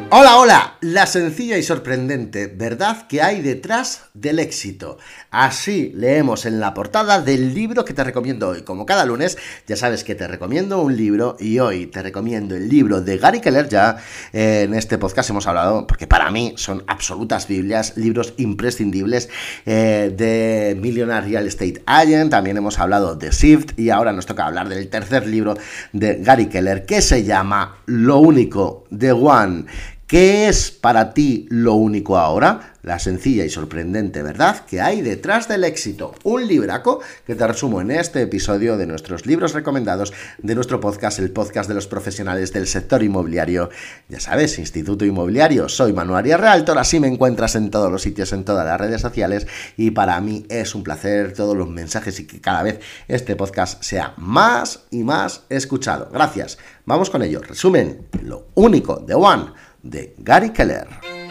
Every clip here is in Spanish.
Hola, hola, la sencilla y sorprendente verdad que hay detrás del éxito. Así leemos en la portada del libro que te recomiendo hoy. Como cada lunes, ya sabes que te recomiendo un libro y hoy te recomiendo el libro de Gary Keller. Ya en este podcast hemos hablado, porque para mí son absolutas biblias, libros imprescindibles de Millionaire Real Estate Agent. También hemos hablado de Shift y ahora nos toca hablar del tercer libro de Gary Keller que se llama Lo Único, The One. ¿Qué es para ti lo único ahora? La sencilla y sorprendente verdad que hay detrás del éxito. Un libraco que te resumo en este episodio de nuestros libros recomendados de nuestro podcast, el podcast de los profesionales del sector inmobiliario. Ya sabes, Instituto Inmobiliario, soy Manu Arias Realtor, así me encuentras en todos los sitios, en todas las redes sociales y para mí es un placer todos los mensajes y que cada vez este podcast sea más y más escuchado. Gracias. Vamos con ello. Resumen, lo único, The One, de Gary Keller.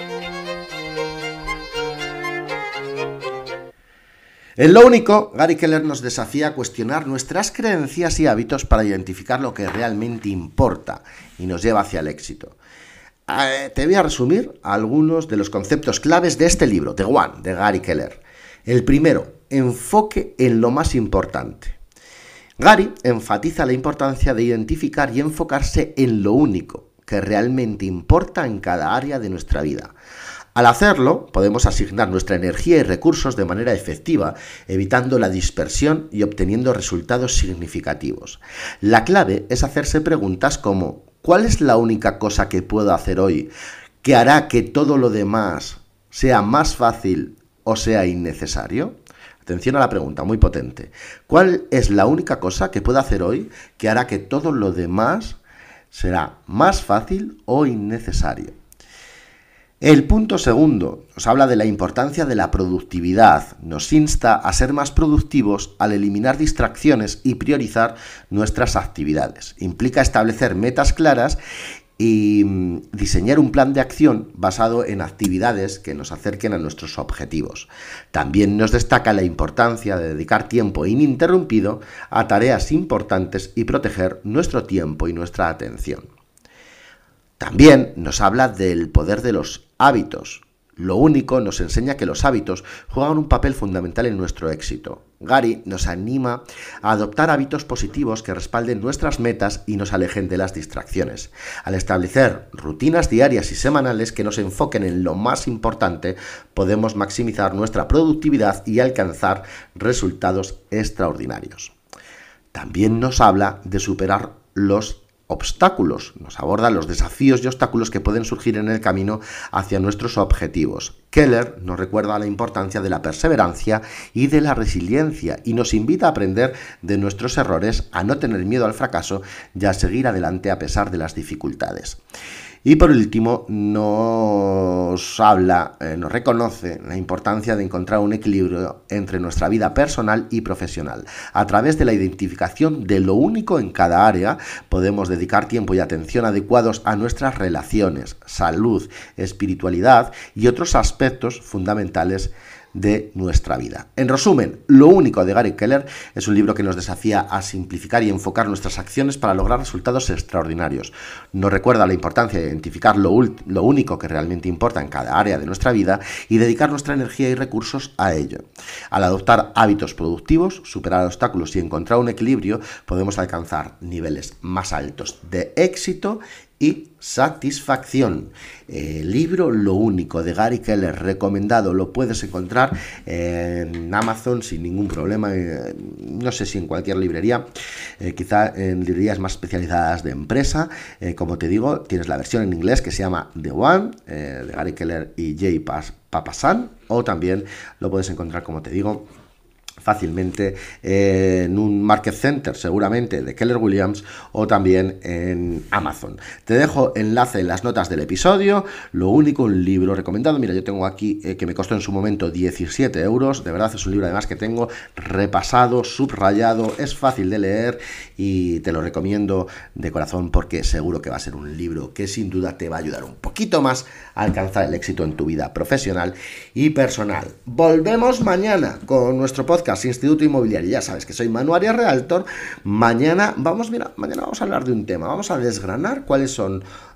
En Lo Único, Gary Keller nos desafía a cuestionar nuestras creencias y hábitos para identificar lo que realmente importa y nos lleva hacia el éxito. Te voy a resumir algunos de los conceptos claves de este libro, The One, de Gary Keller. El primero, enfoque en lo más importante. Gary enfatiza la importancia de identificar y enfocarse en lo único que realmente importa en cada área de nuestra vida. Al hacerlo, podemos asignar nuestra energía y recursos de manera efectiva, evitando la dispersión y obteniendo resultados significativos. La clave es hacerse preguntas como ¿cuál es la única cosa que puedo hacer hoy que hará que todo lo demás sea más fácil o sea innecesario? Atención a la pregunta, muy potente. ¿Cuál es la única cosa que puedo hacer hoy que hará que todo lo demás será más fácil o innecesario? El punto segundo nos habla de la importancia de la productividad. Nos insta a ser más productivos al eliminar distracciones y priorizar nuestras actividades. Implica establecer metas claras y diseñar un plan de acción basado en actividades que nos acerquen a nuestros objetivos. También nos destaca la importancia de dedicar tiempo ininterrumpido a tareas importantes y proteger nuestro tiempo y nuestra atención. También nos habla del poder de los hábitos. Lo Único nos enseña que los hábitos juegan un papel fundamental en nuestro éxito. Gary nos anima a adoptar hábitos positivos que respalden nuestras metas y nos alejen de las distracciones. Al establecer rutinas diarias y semanales que nos enfoquen en lo más importante, podemos maximizar nuestra productividad y alcanzar resultados extraordinarios. También nos habla de superar los obstáculos, nos aborda los desafíos y obstáculos que pueden surgir en el camino hacia nuestros objetivos. Keller nos recuerda la importancia de la perseverancia y de la resiliencia y nos invita a aprender de nuestros errores, a no tener miedo al fracaso y a seguir adelante a pesar de las dificultades. Y por último, nos reconoce la importancia de encontrar un equilibrio entre nuestra vida personal y profesional. A través de la identificación de lo único en cada área, podemos dedicar tiempo y atención adecuados a nuestras relaciones, salud, espiritualidad y otros aspectos fundamentales de nuestra vida. En resumen, Lo Único de Gary Keller es un libro que nos desafía a simplificar y enfocar nuestras acciones para lograr resultados extraordinarios. Nos recuerda la importancia de identificar lo único que realmente importa en cada área de nuestra vida y dedicar nuestra energía y recursos a ello. Al adoptar hábitos productivos, superar obstáculos y encontrar un equilibrio, podemos alcanzar niveles más altos de éxito y satisfacción. El libro Lo Único de Gary Keller, recomendado, lo puedes encontrar en Amazon sin ningún problema, no sé si en cualquier librería, quizá en librerías más especializadas de empresa. Como te digo, tienes la versión en inglés que se llama The One, de Gary Keller y Jay Papasan, o también lo puedes encontrar, como te digo, fácilmente en un market center seguramente de Keller Williams o también en Amazon. Te dejo enlace en las notas del episodio. Lo Único, un libro recomendado. Mira, yo tengo aquí que me costó en su momento 17 euros. De verdad es un libro además que tengo repasado, subrayado, es fácil de leer y te lo recomiendo de corazón porque seguro que va a ser un libro que sin duda te va a ayudar un poquito más a alcanzar el éxito en tu vida profesional y personal. Volvemos mañana con nuestro podcast Instituto Inmobiliario. Ya sabes que soy Manu Arias Realtor. Mañana vamos a hablar de un tema. Vamos a desgranar cuáles son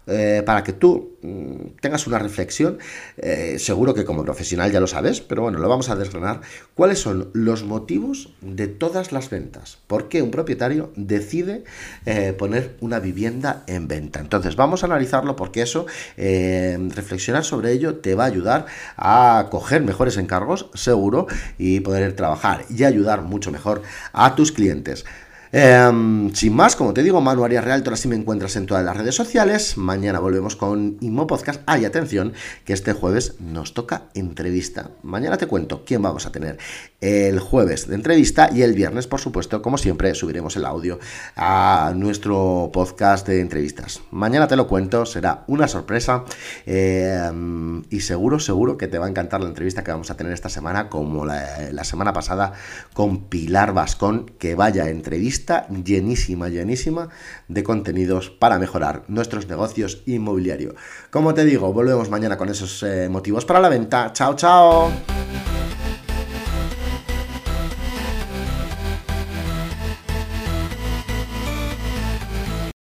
para que tú tengas una reflexión. Seguro que como profesional ya lo sabes, pero bueno, lo vamos a desgranar. ¿Cuáles son los motivos de todas las ventas? ¿Por qué un propietario decide poner una vivienda en venta? Entonces vamos a analizarlo, porque eso, reflexionar sobre ello te va a ayudar a coger mejores encargos, seguro, y poder trabajar y ayudar mucho mejor a tus clientes. Sin más, como te digo, Manu Arias Realtor, así me encuentras en todas las redes sociales. Mañana volvemos con Inmo Podcast. Y atención, que este jueves nos toca entrevista. Mañana te cuento quién vamos a tener el jueves de entrevista, y el viernes, por supuesto, como siempre, subiremos el audio a nuestro podcast de entrevistas. Mañana te lo cuento, será una sorpresa, y seguro que te va a encantar la entrevista que vamos a tener esta semana, como la semana pasada con Pilar Bascón. Que vaya entrevista llenísima de contenidos para mejorar nuestros negocios inmobiliarios. Como te digo, volvemos mañana con esos motivos para la venta. Chao.